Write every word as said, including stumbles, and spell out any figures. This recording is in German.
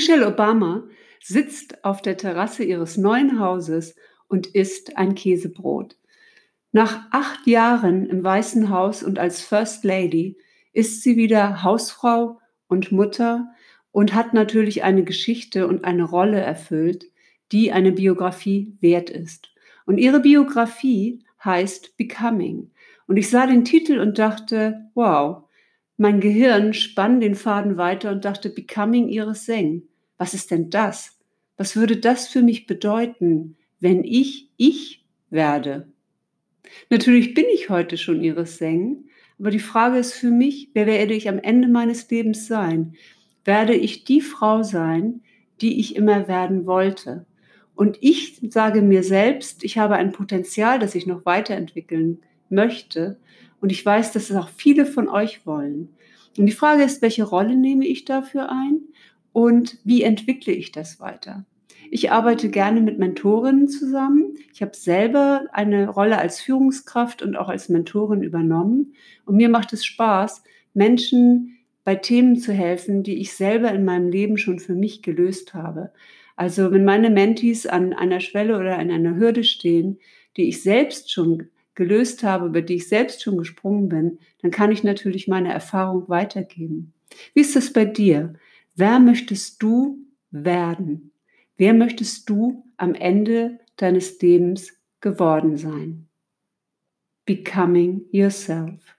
Michelle Obama sitzt auf der Terrasse ihres neuen Hauses und isst ein Käsebrot. Nach acht Jahren im Weißen Haus und als First Lady ist sie wieder Hausfrau und Mutter und hat natürlich eine Geschichte und eine Rolle erfüllt, die eine Biografie wert ist. Und ihre Biografie heißt Becoming. Und ich sah den Titel und dachte, wow, mein Gehirn spann den Faden weiter und dachte, Becoming Iris Seng. Was ist denn das? Was würde das für mich bedeuten, wenn ich ich werde? Natürlich bin ich heute schon Iris Seng, aber die Frage ist für mich, wer werde ich am Ende meines Lebens sein? Werde ich die Frau sein, die ich immer werden wollte? Und ich sage mir selbst, ich habe ein Potenzial, das ich noch weiterentwickeln möchte. Und ich weiß, dass es auch viele von euch wollen. Und die Frage ist, welche Rolle nehme ich dafür ein und wie entwickle ich das weiter? Ich arbeite gerne mit Mentorinnen zusammen. Ich habe selber eine Rolle als Führungskraft und auch als Mentorin übernommen. Und mir macht es Spaß, Menschen bei Themen zu helfen, die ich selber in meinem Leben schon für mich gelöst habe. Also wenn meine Mentees an einer Schwelle oder an einer Hürde stehen, die ich selbst schon gelöst habe, über die ich selbst schon gesprungen bin, dann kann ich natürlich meine Erfahrung weitergeben. Wie ist das bei dir? Wer möchtest du werden? Wer möchtest du am Ende deines Lebens geworden sein? Becoming yourself.